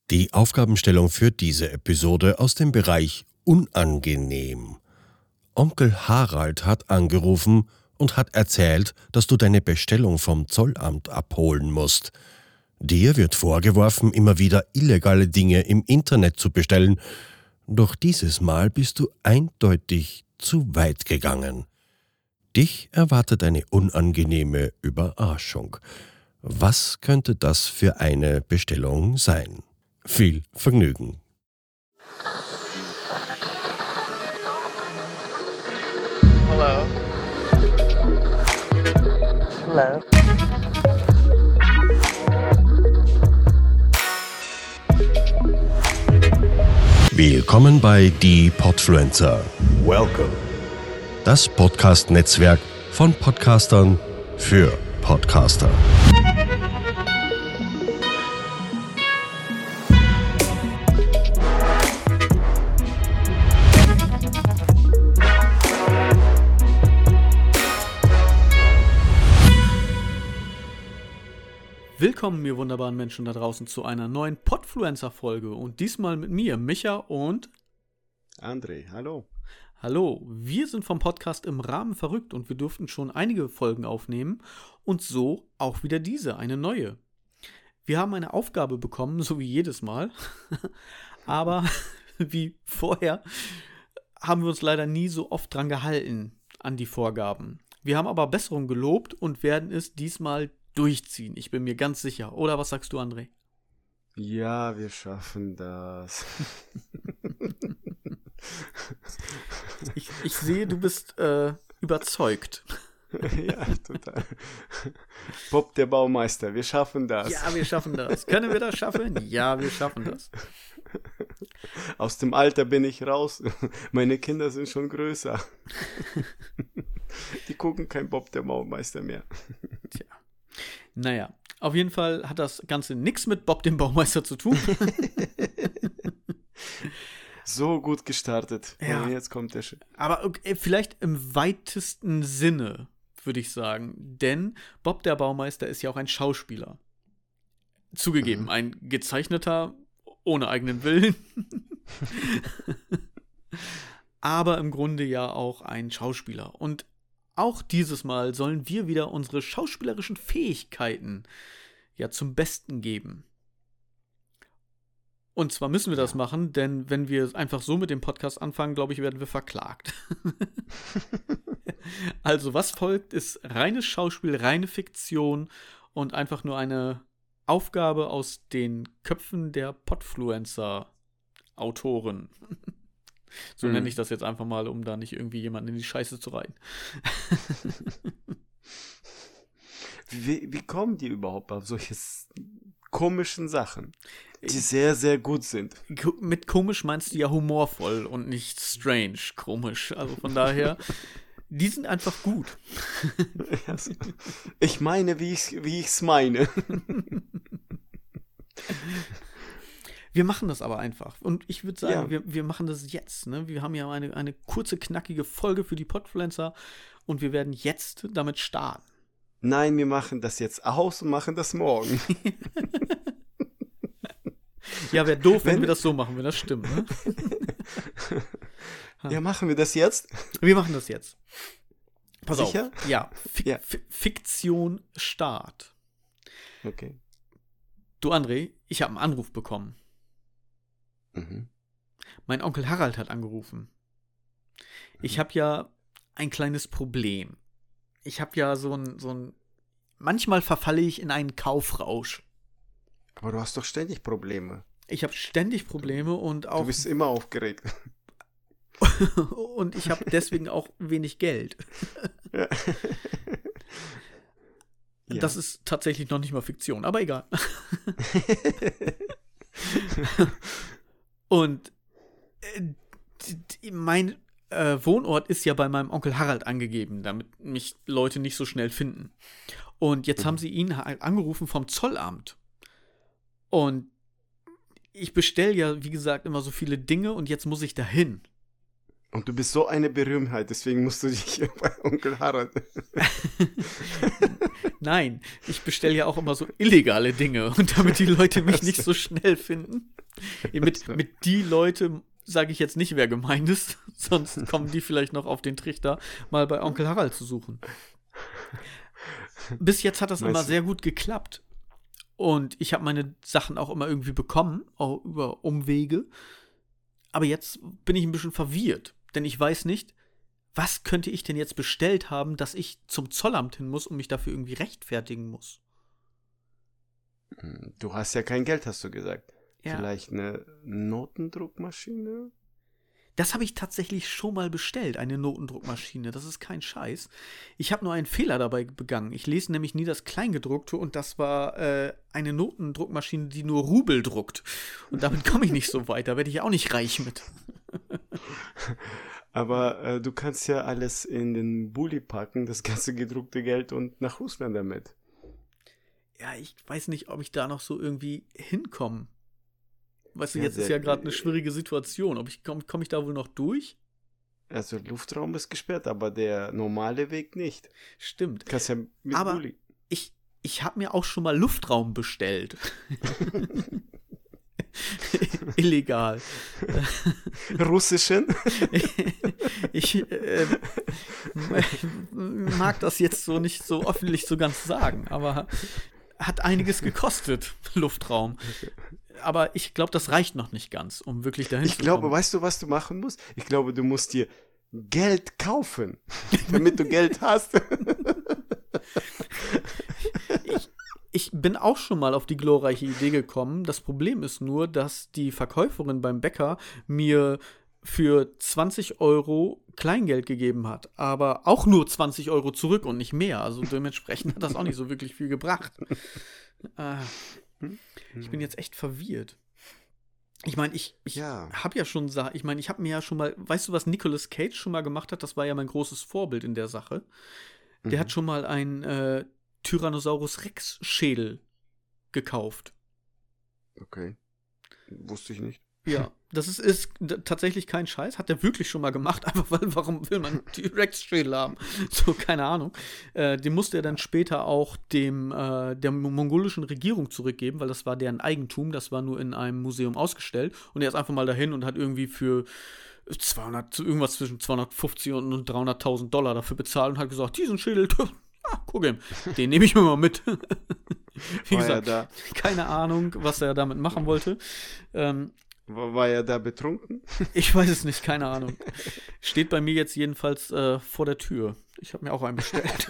Die Aufgabenstellung für diese Episode aus dem Bereich Unangenehm. Onkel Harald hat angerufen und hat erzählt, dass du deine Bestellung vom Zollamt abholen musst. Dir wird vorgeworfen, immer wieder illegale Dinge im Internet zu bestellen. Doch dieses Mal bist du eindeutig zu weit gegangen. Dich erwartet eine unangenehme Überraschung. Was könnte das für eine Bestellung sein? Viel Vergnügen. Hello. Hello. Willkommen bei Die Podfluencer. Welcome. Das Podcast-Netzwerk von Podcastern für Podcaster. Willkommen, ihr wunderbaren Menschen da draußen, zu einer neuen Podfluencer-Folge. Und diesmal mit mir, Micha und André, hallo. Hallo, wir sind vom Podcast Im Rahmen verrückt und wir durften schon einige Folgen aufnehmen und so auch wieder diese, eine neue. Wir haben eine Aufgabe bekommen, so wie jedes Mal, aber wie vorher haben wir uns leider nie so oft dran gehalten an die Vorgaben. Wir haben aber Besserung gelobt und werden es diesmal durchziehen. Ich bin mir ganz sicher. Oder was sagst du, André? Ja, wir schaffen das. Ich sehe, du bist überzeugt. Ja, total. Bob der Baumeister, wir schaffen das. Ja, wir schaffen das. Können wir das schaffen? Ja, wir schaffen das. Aus dem Alter bin ich raus. Meine Kinder sind schon größer. Die gucken kein Bob der Baumeister mehr. Tja. Naja, auf jeden Fall hat das Ganze nichts mit Bob dem Baumeister zu tun. So gut gestartet. Ja. Und jetzt kommt der Aber okay, vielleicht im weitesten Sinne, würde ich sagen. Denn Bob der Baumeister ist ja auch ein Schauspieler. Zugegeben, ein gezeichneter, ohne eigenen Willen. Aber im Grunde ja auch ein Schauspieler. Und auch dieses Mal sollen wir wieder unsere schauspielerischen Fähigkeiten ja zum Besten geben. Und zwar müssen wir das machen, denn wenn wir einfach so mit dem Podcast anfangen, glaube ich, werden wir verklagt. Also was folgt, ist reines Schauspiel, reine Fiktion und einfach nur eine Aufgabe aus den Köpfen der Podfluencer-Autoren. So nenne ich das jetzt einfach mal, um da nicht irgendwie jemanden in die Scheiße zu reiten. Wie kommen die überhaupt auf solche komischen Sachen, die sehr, sehr gut sind? Mit komisch meinst du ja humorvoll und nicht strange, komisch. Also von daher, die sind einfach gut. Ich meine, wie ich's meine. Wir machen das aber einfach. Und ich würde sagen, Ja. wir machen das jetzt. Ne? Wir haben ja eine kurze, knackige Folge für die Podfluencer und wir werden jetzt damit starten. Nein, wir machen das jetzt aus und machen das morgen. Ja, wäre doof, wenn wir das so machen, wenn das stimmt. Ne? Ja, machen wir das jetzt? Wir machen das jetzt. Pass Sicher? auf. Ja, Ja. Fiktion Start. Okay. Du, André, ich habe einen Anruf bekommen. Mhm. Mein Onkel Harald hat angerufen. Ich habe ja ein kleines Problem. Ich habe ja so ein manchmal verfalle ich in einen Kaufrausch. Aber du hast doch ständig Probleme. Ich habe ständig Probleme und auch Du bist immer aufgeregt. und ich habe deswegen auch wenig Geld. Ja. Ja. Das ist tatsächlich noch nicht mal Fiktion, aber egal. Und mein Wohnort ist ja bei meinem Onkel Harald angegeben, damit mich Leute nicht so schnell finden. Und jetzt haben sie ihn halt angerufen vom Zollamt. Und ich bestelle ja, wie gesagt, immer so viele Dinge und jetzt muss ich dahin. Und du bist so eine Berühmtheit, deswegen musst du dich bei Onkel Harald. Nein, ich bestelle ja auch immer so illegale Dinge und damit die Leute mich nicht so schnell finden. Mit die Leute sage ich jetzt nicht, wer gemeint ist, sonst kommen die vielleicht noch auf den Trichter, mal bei Onkel Harald zu suchen. Bis jetzt hat das immer sehr gut geklappt. Und ich habe meine Sachen auch immer irgendwie bekommen, auch über Umwege. Aber jetzt bin ich ein bisschen verwirrt, denn ich weiß nicht, was könnte ich denn jetzt bestellt haben, dass ich zum Zollamt hin muss und mich dafür irgendwie rechtfertigen muss. Du hast ja kein Geld, hast du gesagt. Ja. Vielleicht eine Notendruckmaschine? Das habe ich tatsächlich schon mal bestellt, eine Notendruckmaschine. Das ist kein Scheiß. Ich habe nur einen Fehler dabei begangen. Ich lese nämlich nie das Kleingedruckte und das war eine Notendruckmaschine, die nur Rubel druckt. Und damit komme ich nicht so weit. Da werde ich auch nicht reich mit. Aber du kannst ja alles in den Bulli packen, das ganze gedruckte Geld und nach Russland damit. Ja, ich weiß nicht, ob ich da noch so irgendwie hinkomme. Weißt du, Ja, jetzt ist ja gerade eine schwierige Situation. Komm ich da wohl noch durch? Also Luftraum ist gesperrt, aber der normale Weg nicht. Stimmt. Du kannst ja mit Aber Bulli. ich habe mir auch schon mal Luftraum bestellt. Illegal. Russischen? Ich mag das jetzt so nicht so öffentlich so ganz sagen, aber hat einiges gekostet, Luftraum. Aber ich glaube, das reicht noch nicht ganz, um wirklich dahin Ich zu glaube, kommen. weißt du, was du machen musst? Ich glaube, du musst dir Geld kaufen, damit du Geld hast. Ich bin auch schon mal auf die glorreiche Idee gekommen. Das Problem ist nur, dass die Verkäuferin beim Bäcker mir für 20 € Kleingeld gegeben hat, aber auch nur 20 € zurück und nicht mehr. Also dementsprechend hat das auch nicht so wirklich viel gebracht. Ich bin jetzt echt verwirrt. Ich meine, ich habe ja schon, ich habe mir ja schon mal, weißt du, was Nicolas Cage schon mal gemacht hat? Das war ja mein großes Vorbild in der Sache. Der hat schon mal ein Tyrannosaurus Rex Schädel gekauft. Okay. Wusste ich nicht. Ja, das ist tatsächlich kein Scheiß. Hat der wirklich schon mal gemacht, einfach weil, warum will man einen T-Rex-Schädel haben? So, keine Ahnung. Den musste er dann später auch der mongolischen Regierung zurückgeben, weil das war deren Eigentum. Das war nur in einem Museum ausgestellt. Und er ist einfach mal dahin und hat irgendwie für irgendwas zwischen 250 und 300.000 $ dafür bezahlt und hat gesagt, diesen Schädel, guck ihn, den nehme ich mir mal mit. Wie gesagt, keine Ahnung, was er damit machen wollte. War er da betrunken? Ich weiß es nicht, keine Ahnung. Steht bei mir jetzt jedenfalls vor der Tür. Ich habe mir auch einen bestellt.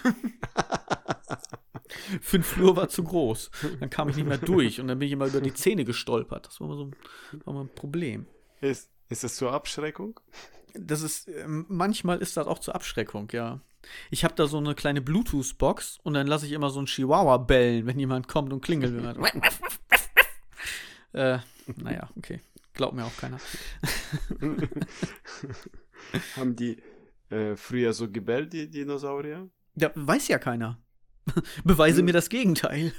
5 Flur war zu groß. Dann kam ich nicht mehr durch und dann bin ich immer über die Zähne gestolpert. Das war mal ein Problem. Ist das zur Abschreckung? Manchmal ist das auch zur Abschreckung, ja. Ich habe da so eine kleine Bluetooth-Box und dann lasse ich immer so einen Chihuahua bellen, wenn jemand kommt und klingelt. Naja, okay. Glaubt mir auch keiner. Haben die früher so gebellt, die Dinosaurier? Ja, weiß ja keiner. Beweise mir das Gegenteil.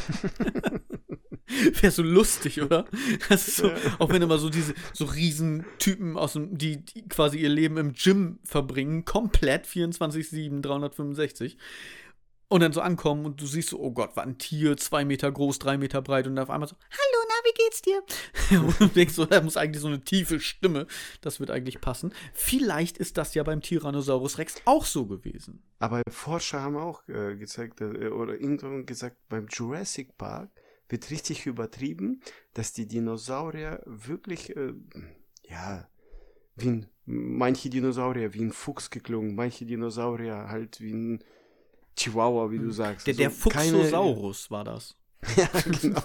Wäre so lustig, oder? Das ist so, auch wenn immer so diese so Riesentypen die quasi ihr Leben im Gym verbringen, komplett 24/7, 365. Und dann so ankommen und du siehst so, oh Gott, war ein Tier, 2 Meter groß, 3 Meter breit und auf einmal so, hallo, na, wie geht's dir? Und du denkst so, da muss eigentlich so eine tiefe Stimme, das wird eigentlich passen. Vielleicht ist das ja beim Tyrannosaurus Rex auch so gewesen. Aber Forscher haben auch gezeigt, oder irgendwann gesagt, beim Jurassic Park wird richtig übertrieben, dass die Dinosaurier wirklich, manche Dinosaurier wie ein Fuchs geklungen, manche Dinosaurier halt wie ein Chihuahua, wie du sagst. Der Fuchsosaurus war das. Ja, genau.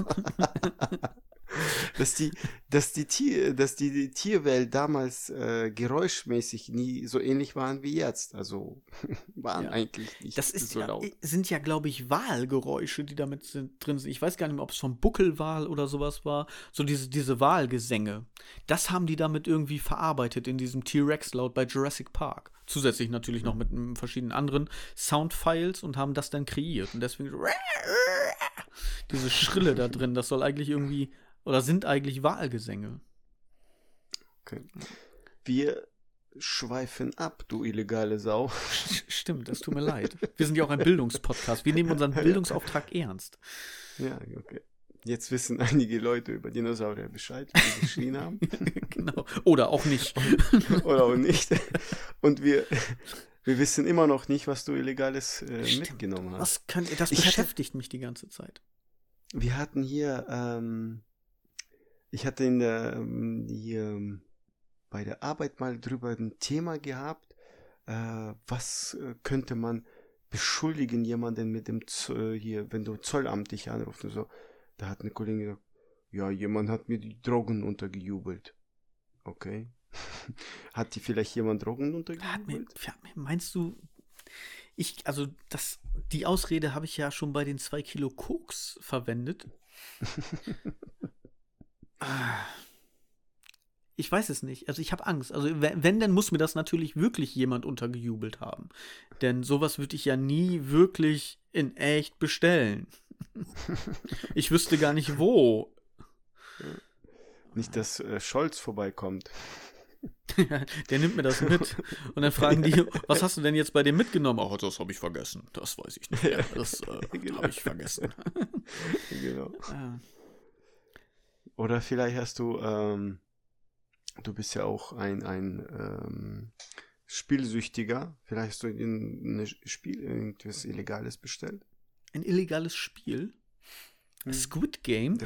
dass die Tierwelt damals geräuschmäßig nie so ähnlich waren wie jetzt. Also waren eigentlich nicht das ist so laut. Sind ja, glaube ich, Walgeräusche, die damit drin sind. Ich weiß gar nicht mehr, ob es vom Buckelwal oder sowas war. So diese Walgesänge. Das haben die damit irgendwie verarbeitet in diesem T-Rex-Laut bei Jurassic Park. Zusätzlich natürlich noch mit verschiedenen anderen Soundfiles und haben das dann kreiert. Und deswegen diese Schrille da drin, das soll eigentlich irgendwie, oder sind eigentlich Walgesänge. Okay. Wir schweifen ab, du illegale Sau. Stimmt, das tut mir leid. Wir sind ja auch ein Bildungspodcast. Wir nehmen unseren Bildungsauftrag ernst. Ja, okay. Jetzt wissen einige Leute über Dinosaurier Bescheid, wie sie geschrien haben. Genau. Oder auch nicht. Oder auch nicht. Und wir wissen immer noch nicht, was du Illegales mitgenommen hast. Das beschäftigt mich die ganze Zeit. Wir hatten hier, ich hatte hier bei der Arbeit mal drüber ein Thema gehabt, was könnte man beschuldigen jemanden mit dem hier, wenn du Zollamt dich anrufst und so. Da hat eine Kollegin gesagt, ja, jemand hat mir die Drogen untergejubelt. Okay. Hat die vielleicht jemand Drogen untergejubelt? Meinst du, die Ausrede habe ich ja schon bei den 2 Kilo Koks verwendet. Ich weiß es nicht. Also ich habe Angst. Also wenn, dann muss mir das natürlich wirklich jemand untergejubelt haben. Denn sowas würde ich ja nie wirklich in echt bestellen. Ich wüsste gar nicht wo. Nicht, dass Scholz vorbeikommt. Der nimmt mir das mit. Und dann fragen die, was hast du denn jetzt bei dem mitgenommen? Ach, das habe ich vergessen. Das weiß ich nicht mehr. Das Genau. habe ich vergessen. Genau. Oder vielleicht hast du, du bist ja auch ein Spielsüchtiger. Vielleicht hast du irgendwas Illegales bestellt? Ein illegales Spiel? Squid Game?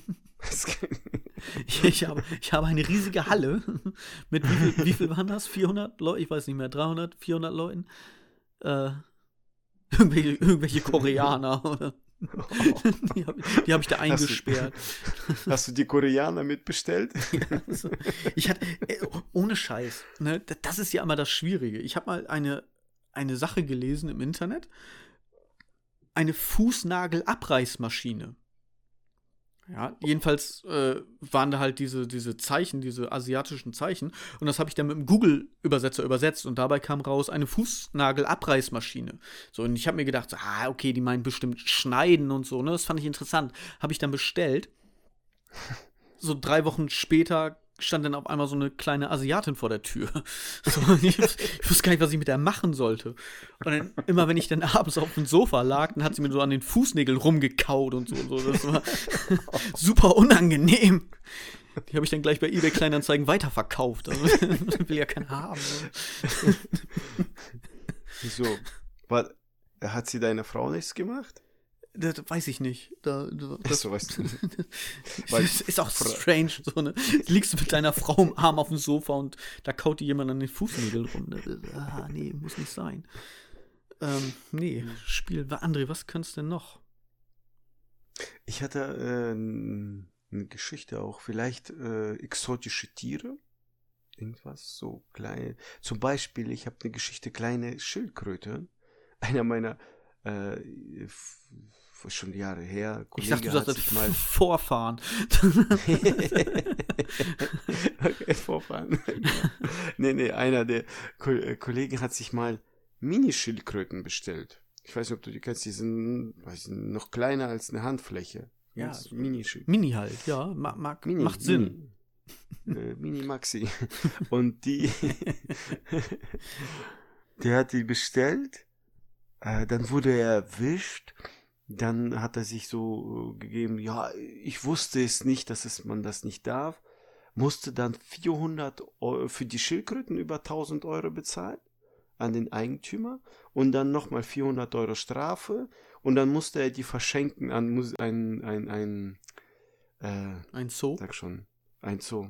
Ich habe eine riesige Halle mit wie viel waren das? 400 Leute? Ich weiß nicht mehr, 300, 400 Leuten? Irgendwelche Koreaner oder? Die hab ich da eingesperrt. Hast du die Koreaner mitbestellt? Ja, also, ohne Scheiß, ne, das ist ja immer das Schwierige. Ich habe mal eine Sache gelesen im Internet. Eine Fußnagel-Abreißmaschine. Ja, jedenfalls waren da halt diese Zeichen, diese asiatischen Zeichen. Und das habe ich dann mit dem Google-Übersetzer übersetzt. Und dabei kam raus eine Fußnagel-Abreißmaschine. So, und ich habe mir gedacht, okay, die meinen bestimmt schneiden und so. Ne? Das fand ich interessant. Habe ich dann bestellt. So 3 Wochen später stand dann auf einmal so eine kleine Asiatin vor der Tür. So, ich wusste gar nicht, was ich mit der machen sollte. Und dann, immer wenn ich dann abends auf dem Sofa lag, dann hat sie mir so an den Fußnägeln rumgekaut und so. Das war super unangenehm. Die habe ich dann gleich bei eBay Kleinanzeigen weiterverkauft. Also, will ja keiner haben. Wieso? Hat sie deiner Frau nichts gemacht? Das weiß ich nicht. So, weißt du. Das ist auch strange. So, ne? Liegst du mit deiner Frau im Arm auf dem Sofa und da kaut dir jemand an den Fußnägeln rum. Nee, muss nicht sein. Nee, Spiel. André, was kannst du denn noch? Ich hatte eine Geschichte auch. Vielleicht exotische Tiere. Irgendwas so klein. Zum Beispiel, ich habe eine Geschichte, kleine Schildkröte. Einer meiner schon Jahre her. Ich dachte, du sagst mal Vorfahren. Okay, Vorfahren. Nee, einer der Kollegen hat sich mal Mini-Schildkröten bestellt. Ich weiß nicht, ob du die kennst, die sind noch kleiner als eine Handfläche. Ja, Mini-Schildkröten. Mini halt, ja, macht Sinn. Mini-Maxi. Und der hat die bestellt, dann wurde er erwischt. Dann hat er sich so gegeben, ja, ich wusste es nicht, man das nicht darf. Musste dann 400 Euro für die Schildkröten über 1000 Euro bezahlen an den Eigentümer und dann nochmal 400 Euro Strafe und dann musste er die verschenken an ein Zoo? Sag schon, ein Zoo.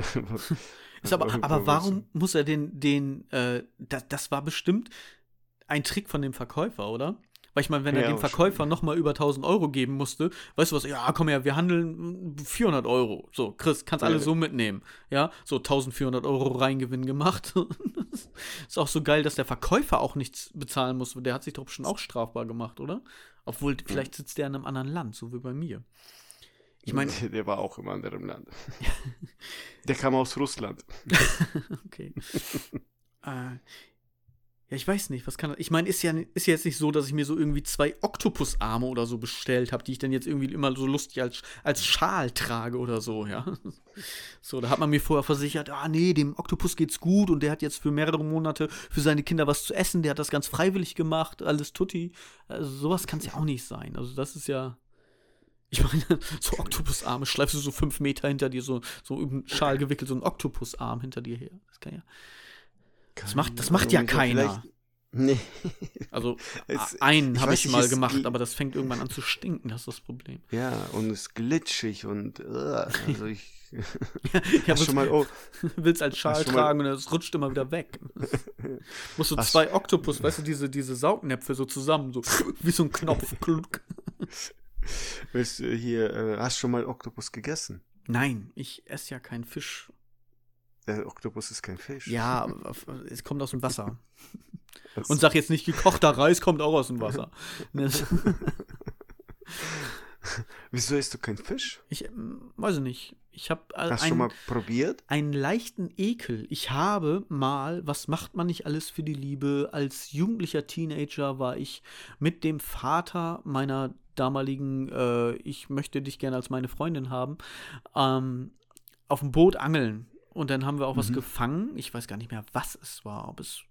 Aber warum muss er das war bestimmt ein Trick von dem Verkäufer, oder? Weil ich meine, wenn er dem Verkäufer nochmal über 1000 Euro geben musste, weißt du was, ja, komm her, wir handeln 400 Euro. So, Chris, kannst alles so mitnehmen. Ja, so 1400 Euro Reingewinn gemacht. Ist auch so geil, dass der Verkäufer auch nichts bezahlen muss. Der hat sich doch schon auch strafbar gemacht, oder? Obwohl, vielleicht sitzt der in einem anderen Land, so wie bei mir. Ich meine, der war auch im anderen Land. Der kam aus Russland. Okay. Ja, ich weiß nicht, was kann das? Ich meine, ist ja jetzt nicht so, dass ich mir so irgendwie 2 Oktopusarme oder so bestellt habe, die ich dann jetzt irgendwie immer so lustig als Schal trage oder so, ja. So, da hat man mir vorher versichert, nee, dem Oktopus geht's gut und der hat jetzt für mehrere Monate für seine Kinder was zu essen, der hat das ganz freiwillig gemacht, alles tutti. Also sowas kann es ja auch nicht sein. Also das ist ja Ich meine, so Oktopusarme schleifst du so 5 Meter hinter dir, so über den Schal gewickelt, so ein Oktopusarm hinter dir her. Das kann ja. Das macht ja keiner. Nee. Also, Es- einen ich habe weiß ich nicht, mal es gemacht, gl- aber das fängt irgendwann an zu stinken, das ist das Problem. Ja, und es ist glitschig und also ich Ja, hast schon mal oh, willst als Schal hast schon mal- tragen und es rutscht immer wieder weg. Musst du Hast- 2 Oktopus, weißt du, diese Saugnäpfe so zusammen, so wie so ein Knopf. Klunk. willst du hier hast schon mal Oktopus gegessen? Nein, ich esse ja keinen Fisch. Der Oktopus ist kein Fisch. Ja, aber es kommt aus dem Wasser. Das- Und sag jetzt nicht, gekochter Reis kommt auch aus dem Wasser. Wieso isst du kein Fisch? Ich weiß nicht. Ich habe Hast du schon mal probiert? einen leichten Ekel. Ich habe mal, was macht man nicht alles für die Liebe? Als jugendlicher Teenager war ich mit dem Vater meiner damaligen, ich möchte dich gerne als meine Freundin haben, auf dem Boot angeln. Und dann haben wir auch was gefangen. Ich weiß gar nicht mehr, was es war. Ob es.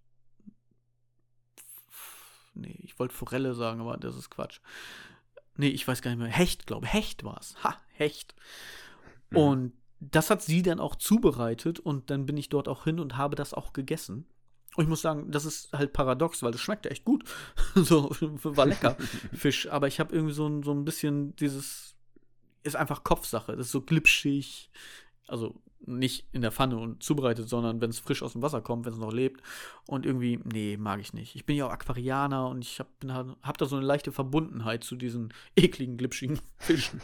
Nee, ich wollte Forelle sagen, aber das ist Quatsch. Nee, ich weiß gar nicht mehr. Hecht, glaube ich. Hecht war es. Ha, Hecht. Und das hat sie dann auch zubereitet und dann bin ich dort auch hin und habe das auch gegessen. Und ich muss sagen, das ist halt paradox, weil das schmeckte echt gut. So, war lecker, Fisch. Aber ich habe irgendwie so ein bisschen dieses, ist einfach Kopfsache. Das ist so glitschig. Also nicht in der Pfanne und zubereitet, sondern wenn es frisch aus dem Wasser kommt, wenn es noch lebt. Und irgendwie, nee, mag ich nicht. Ich bin ja auch Aquarianer und ich hab da so eine leichte Verbundenheit zu diesen ekligen, glitschigen Fischen.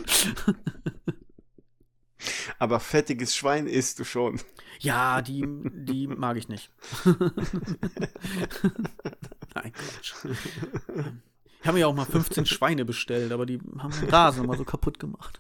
Aber fettiges Schwein isst du schon. Ja, die mag ich nicht. Nein, Quatsch. Ich habe mir auch mal 15 Schweine bestellt, aber die haben den Rasen immer so kaputt gemacht.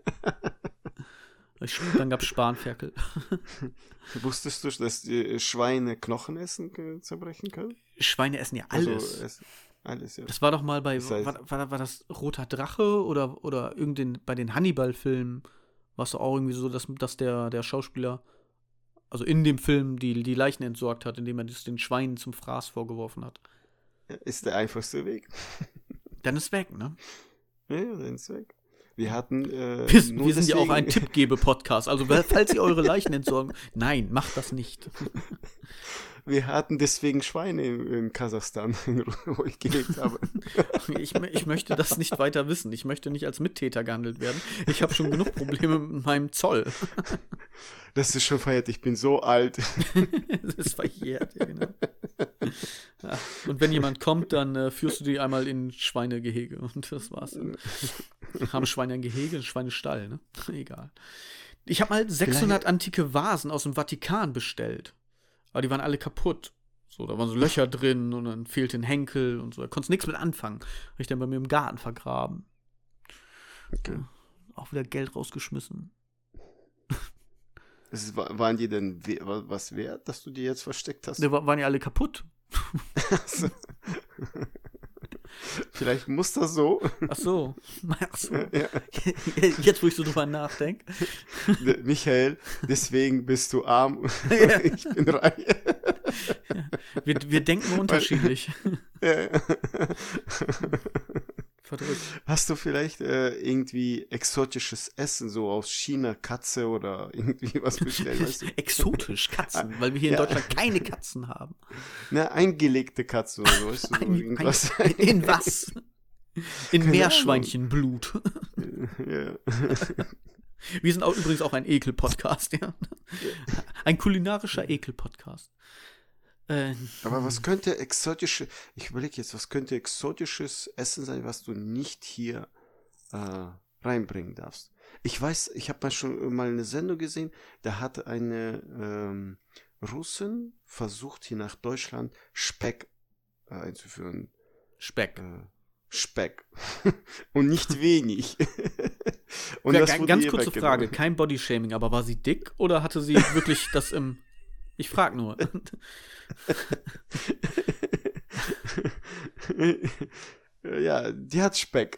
Dann gab es Spanferkel. Wusstest du, dass die Schweine Knochen zerbrechen können? Schweine essen ja alles. Also, alles, ja. Das war doch mal bei, Das heißt- war das Roter Drache oder bei den Hannibal-Filmen, war es doch auch irgendwie so, dass der Schauspieler, also in dem Film, die Leichen entsorgt hat, indem er das den Schweinen zum Fraß vorgeworfen hat. Ist der einfachste Weg. Dann ist weg, ne? Ja, dann ist weg. Wir hatten. Wir sind ja auch ein Tippgebe-Podcast. Also, falls ihr eure Leichen entsorgen, nein, macht das nicht. Wir hatten deswegen Schweine in Kasachstan, wo ich gelebt habe. Ich möchte das nicht weiter wissen. Ich möchte nicht als Mittäter gehandelt werden. Ich habe schon genug Probleme mit meinem Zoll. Das ist schon verjährt, ich bin so alt. Das ist verjährt, ja, genau. Ja. Und wenn jemand kommt, dann führst du die einmal in Schweinegehege. Und das war's. Haben Schweine ein Gehege, ein Schweinestall, ne? Egal. Ich habe mal 600 antike Vasen aus dem Vatikan bestellt. Aber die waren alle kaputt. So, da waren so Löcher drin und dann fehlte ein Henkel und so. Da konntest nichts mit anfangen. Habe ich dann bei mir im Garten vergraben. Okay. Auch wieder Geld rausgeschmissen. Waren die denn was wert, dass du die jetzt versteckt hast? Die waren ja alle kaputt. Also, vielleicht muss das so. Ach so. Ja. Jetzt, wo ich so drüber nachdenke. Michael, deswegen bist du arm. Ja. Ich bin reich. Wir denken unterschiedlich. Ja. Verdrückt. Hast du vielleicht irgendwie exotisches Essen, so aus China, Katze oder irgendwie was bestellt? Weißt du? Exotisch, Katzen, weil wir hier in Ja. Deutschland keine Katzen haben. Ne, eingelegte Katze oder so, weißt du? So irgendwas. In was? In Keine Meerschweinchenblut. Ja. Wir sind übrigens auch ein Ekel-Podcast, ja. Ein kulinarischer Ekel-Podcast. Aber was könnte ich überlege jetzt, was könnte exotisches Essen sein, was du nicht hier reinbringen darfst? Ich weiß, ich habe schon mal eine Sendung gesehen, da hat eine Russin versucht, hier nach Deutschland Speck einzuführen. Speck. Speck. Und nicht wenig. Und das wurde Ganz ihr kurze weggenommen. Frage, kein Bodyshaming, aber war sie dick oder hatte sie wirklich das im... Ich frage nur. Ja, die hat Speck.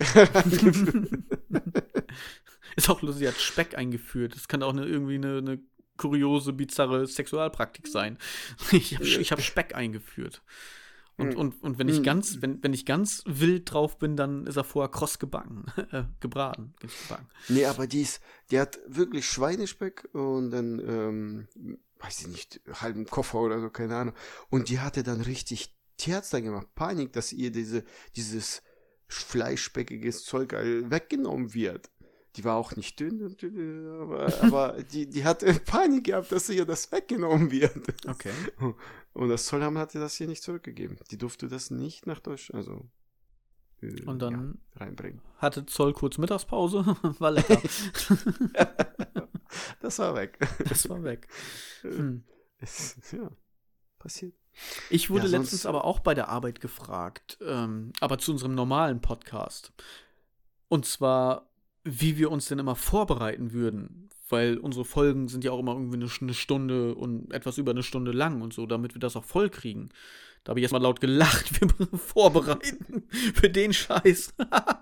Ist auch lustig, sie hat Speck eingeführt. Das kann auch irgendwie eine kuriose, bizarre Sexualpraktik sein. Ich hab Speck eingeführt. Und wenn ich wenn ich ganz wild drauf bin, dann ist er vorher kross gebacken. Gebraten. Gebacken. Nee, aber die hat wirklich Schweinespeck und dann, weiß ich nicht, halben Koffer oder so, keine Ahnung. Und die hatte dann richtig Terz dann gemacht, Panik, dass ihr dieses fleischspeckiges Zeug weggenommen wird. Die war auch nicht dünn, aber die hatte Panik gehabt, dass ihr das weggenommen wird. Okay. Und das Zollamt hatte das hier nicht zurückgegeben. Die durfte das nicht nach Deutschland, und dann reinbringen. Hatte Zoll kurz Mittagspause, war lecker. Das war weg. Das war weg. Ja, passiert. Ich wurde Ja, letztens aber auch bei der Arbeit gefragt, aber zu unserem normalen Podcast. Und zwar, wie wir uns denn immer vorbereiten würden. Weil unsere Folgen sind ja auch immer irgendwie eine Stunde und etwas über eine Stunde lang und so, damit wir das auch voll kriegen. Da habe ich erstmal laut gelacht, wir müssen vorbereiten für den Scheiß.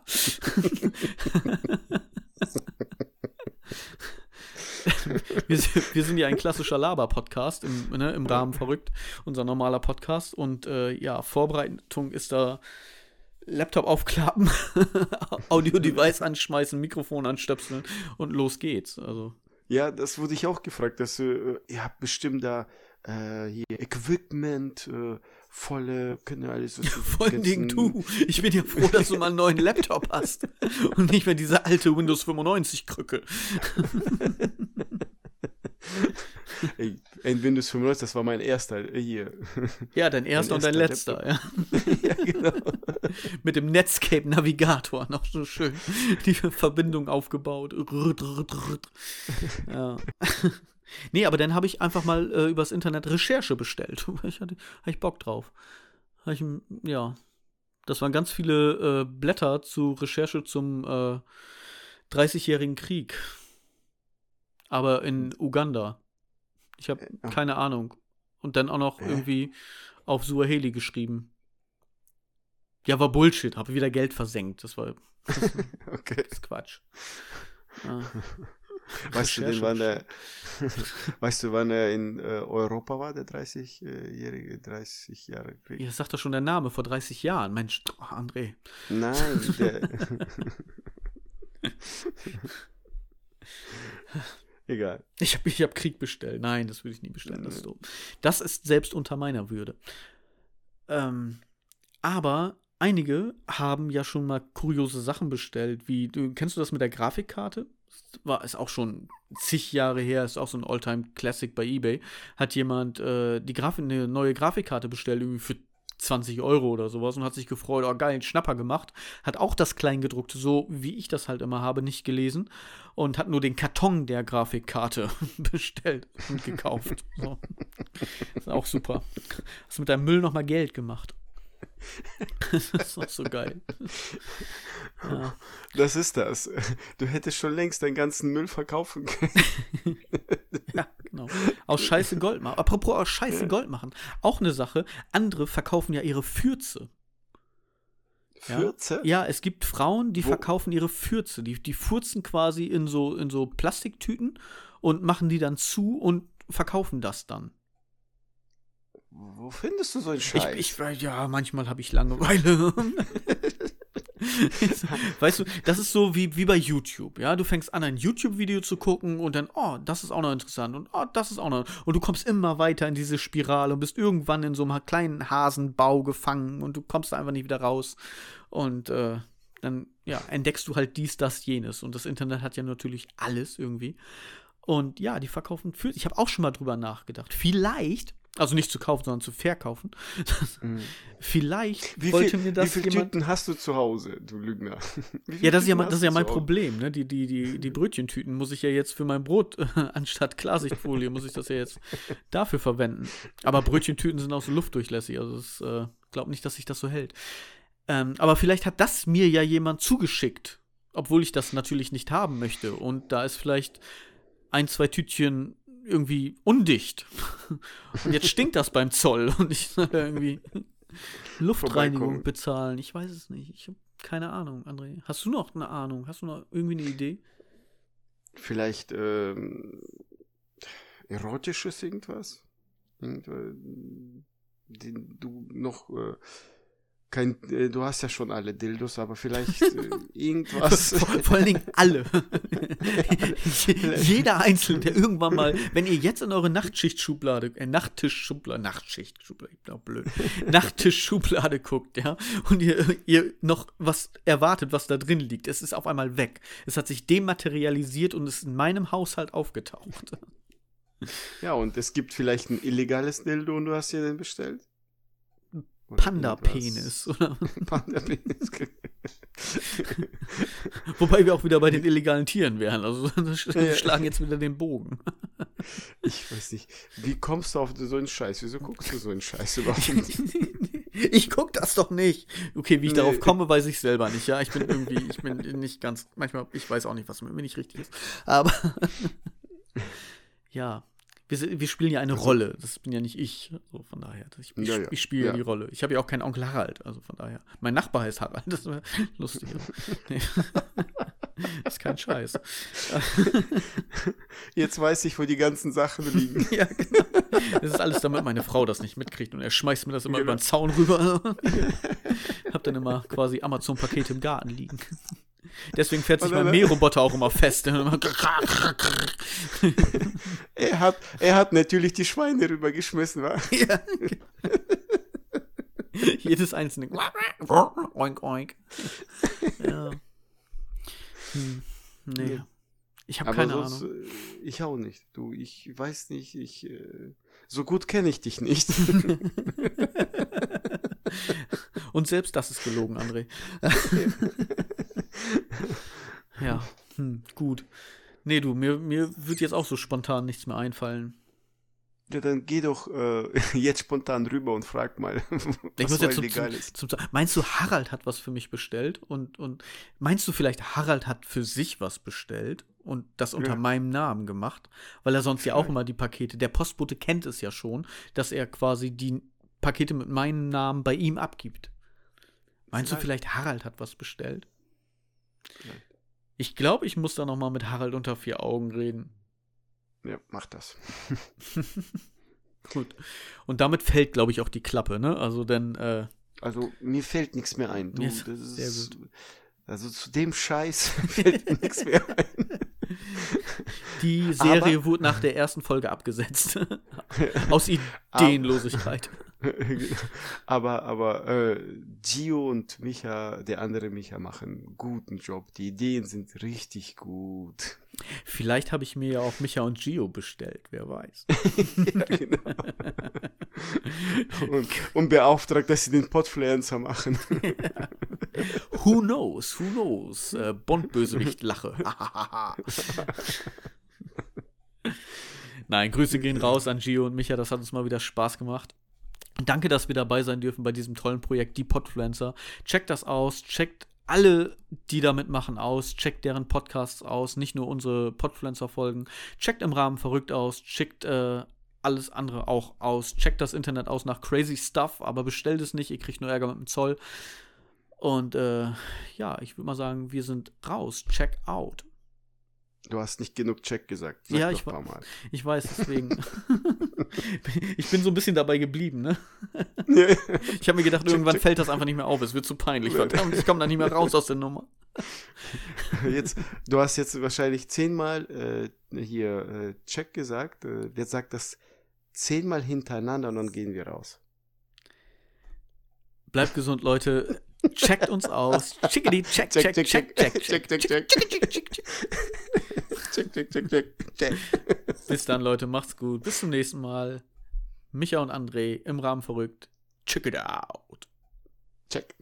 Wir sind ja ein klassischer Laber-Podcast im Rahmen verrückt, unser normaler Podcast. Und Vorbereitung ist da Laptop aufklappen, Audio-Device anschmeißen, Mikrofon anstöpseln und los geht's. Also. Ja, das wurde ich auch gefragt, dass ihr habt bestimmt da hier Equipment, volle, können ja alles. Vor allen Dingen du. Ich bin ja froh, dass du mal einen neuen Laptop hast und nicht mehr diese alte Windows 95-Krücke. Ey, ein Windows 95, das war mein erster hier. Ja, dein erster und dein letzter, ja. Ja, genau. Mit dem Netscape-Navigator noch so schön die Verbindung aufgebaut. Ja. Nee, aber dann habe ich einfach mal übers Internet Recherche bestellt. Hatte ich Bock drauf. Das waren ganz viele Blätter zu Recherche zum 30-jährigen Krieg. Aber in Uganda. Ich habe keine Ahnung. Und dann auch noch irgendwie auf Suaheli geschrieben. Ja, war Bullshit. Habe wieder Geld versenkt. Das war okay. Das ist Quatsch. Weißt du, wann er in Europa war, der 30 Jahre Krieg? Ja, sagt doch schon der Name, vor 30 Jahren. Mensch, André. Nein, Egal. Ich hab Krieg bestellt. Nein, das würde ich nie bestellen. Das ist doof. Das ist selbst unter meiner Würde. Aber einige haben ja schon mal kuriose Sachen bestellt. Kennst du das mit der Grafikkarte? Ist auch schon zig Jahre her, ist auch so ein Alltime-Classic bei eBay. Hat jemand eine neue Grafikkarte bestellt, irgendwie für 20 Euro oder sowas und hat sich gefreut, geil, einen Schnapper gemacht. Hat auch das Kleingedruckte, so wie ich das halt immer habe, nicht gelesen und hat nur den Karton der Grafikkarte bestellt und gekauft. So. Ist auch super. Hast mit deinem Müll nochmal Geld gemacht. Das ist doch so geil. Ja. Das ist das. Du hättest schon längst deinen ganzen Müll verkaufen können. Ja, genau. Aus Scheiße Gold machen. Apropos aus Scheiße Gold machen. Auch eine Sache. Andere verkaufen ja ihre Fürze. Fürze? Ja, es gibt Frauen, die verkaufen ihre Fürze. Die furzen quasi in so Plastiktüten und machen die dann zu und verkaufen das dann. Wo findest du so einen Scheiß? Manchmal habe ich Langeweile. Weißt du, das ist so wie bei YouTube, ja, du fängst an, ein YouTube-Video zu gucken und dann, das ist auch noch interessant und das ist auch noch, und du kommst immer weiter in diese Spirale und bist irgendwann in so einem kleinen Hasenbau gefangen und du kommst da einfach nicht wieder raus und dann, entdeckst du halt dies, das, jenes und das Internet hat ja natürlich alles irgendwie und ja, die verkaufen ich habe auch schon mal drüber nachgedacht, vielleicht, also nicht zu kaufen, sondern zu verkaufen. Vielleicht wollte mir das jemand... Wie viele Tüten hast du zu Hause, du Lügner? Ja, das ist ja mein Problem. Ne? Die Brötchentüten muss ich ja jetzt für mein Brot, anstatt Klarsichtfolie, muss ich das ja jetzt dafür verwenden. Aber Brötchentüten sind auch so luftdurchlässig. Also ich glaube nicht, dass sich das so hält. Aber vielleicht hat das mir ja jemand zugeschickt, obwohl ich das natürlich nicht haben möchte. Und da ist vielleicht 1, 2 Tütchen irgendwie undicht. Und jetzt stinkt das beim Zoll und ich soll irgendwie Luftreinigung bezahlen. Ich weiß es nicht. Ich habe keine Ahnung, André. Hast du noch eine Ahnung? Hast du noch irgendwie eine Idee? Vielleicht erotisches irgendwas? den du noch du hast ja schon alle Dildos, aber vielleicht irgendwas. Vor allen Dingen alle. Jeder Einzelne, der irgendwann mal, wenn ihr jetzt in eure Nachttischschublade guckt, ja, und ihr noch was erwartet, was da drin liegt, es ist auf einmal weg. Es hat sich dematerialisiert und ist in meinem Haushalt aufgetaucht. Ja, und es gibt vielleicht ein illegales Dildo und du hast dir den bestellt? Panda-Penis, oder? Panda-Penis. Wobei wir auch wieder bei den illegalen Tieren wären. Also wir schlagen jetzt wieder den Bogen. Ich weiß nicht. Wie kommst du auf so einen Scheiß? Wieso guckst du so einen Scheiß überhaupt? Ich guck das doch nicht. Okay, wie ich darauf komme, weiß ich selber nicht. Ja, ich bin nicht ganz, manchmal, ich weiß auch nicht, was mit mir nicht richtig ist. Aber ja. Wir spielen ja eine Rolle. Das bin ja nicht ich. Also von daher. Ich spiele ja die Rolle. Ich habe ja auch keinen Onkel Harald. Also von daher. Mein Nachbar heißt Harald. Das wäre lustig. Nee. Das ist kein Scheiß. Jetzt weiß ich, wo die ganzen Sachen liegen. Ja, genau. Das ist alles, damit meine Frau das nicht mitkriegt. Und er schmeißt mir das immer über den Zaun rüber. Hab dann immer quasi Amazon-Pakete im Garten liegen. Deswegen fährt sich mein Mähroboter auch immer fest. Er hat natürlich die Schweine rübergeschmissen, wa? Ja. Jedes einzelne. Oink, oink. Ja. Nee. Ich habe keine Ahnung. Ich auch nicht. Du, ich weiß nicht. So gut kenne ich dich nicht. Und selbst das ist gelogen, André. Ja, gut. Nee, du, mir wird jetzt auch so spontan nichts mehr einfallen. Ja, dann geh doch jetzt spontan rüber und frag mal, was so illegal ist. Meinst du, Harald hat was für mich bestellt? Und meinst du vielleicht, Harald hat für sich was bestellt und das unter meinem Namen gemacht? Weil er sonst ja auch immer die Pakete, der Postbote kennt es ja schon, dass er quasi die Pakete mit meinem Namen bei ihm abgibt. Meinst du vielleicht, Harald hat was bestellt? Vielleicht. Ich glaube, ich muss da noch mal mit Harald unter 4 Augen reden. Ja, mach das. Gut. Und damit fällt, glaube ich, auch die Klappe, ne? Also, denn also, mir fällt nichts mehr ein. Du, das ist sehr gut. Also, zu dem Scheiß fällt mir nichts mehr ein. Die Serie wurde nach der ersten Folge abgesetzt. Aus Ideenlosigkeit. Aber Gio und Micha, der andere Micha, machen einen guten Job. Die Ideen sind richtig gut. Vielleicht habe ich mir ja auch Micha und Gio bestellt, wer weiß. Ja, genau. und beauftragt, dass sie den Podfluencer machen. Who knows? Bond-Bösewicht lache. Nein, Grüße gehen raus an Gio und Micha, das hat uns mal wieder Spaß gemacht. Danke, dass wir dabei sein dürfen bei diesem tollen Projekt, die Podfluencer. Checkt das aus, checkt alle, die da mitmachen, aus, checkt deren Podcasts aus, nicht nur unsere Podfluencer-Folgen. Checkt im Rahmen verrückt aus, checkt alles andere auch aus. Checkt das Internet aus nach crazy stuff, aber bestellt es nicht, ihr kriegt nur Ärger mit dem Zoll. Und ja, ich würde mal sagen, wir sind raus. Check out. Du hast nicht genug Check gesagt. Sag ja, doch ein paar Mal. Ich weiß, deswegen. Ich bin so ein bisschen dabei geblieben, ne? Ich habe mir gedacht, irgendwann fällt das einfach nicht mehr auf. Es wird zu peinlich. Verdammt, ich komme da nicht mehr raus aus der Nummer. Du hast jetzt wahrscheinlich 10-mal hier Check gesagt. Jetzt sagt das 10-mal hintereinander und dann gehen wir raus. Bleibt gesund, Leute. Checkt uns aus. Chickity, check. Bis dann, Leute. Macht's gut. Bis zum nächsten Mal. Micha und André im Rahmen verrückt. Check it out. Check.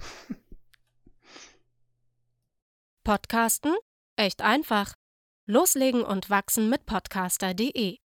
Podcasten? Echt einfach. Loslegen und wachsen mit podcaster.de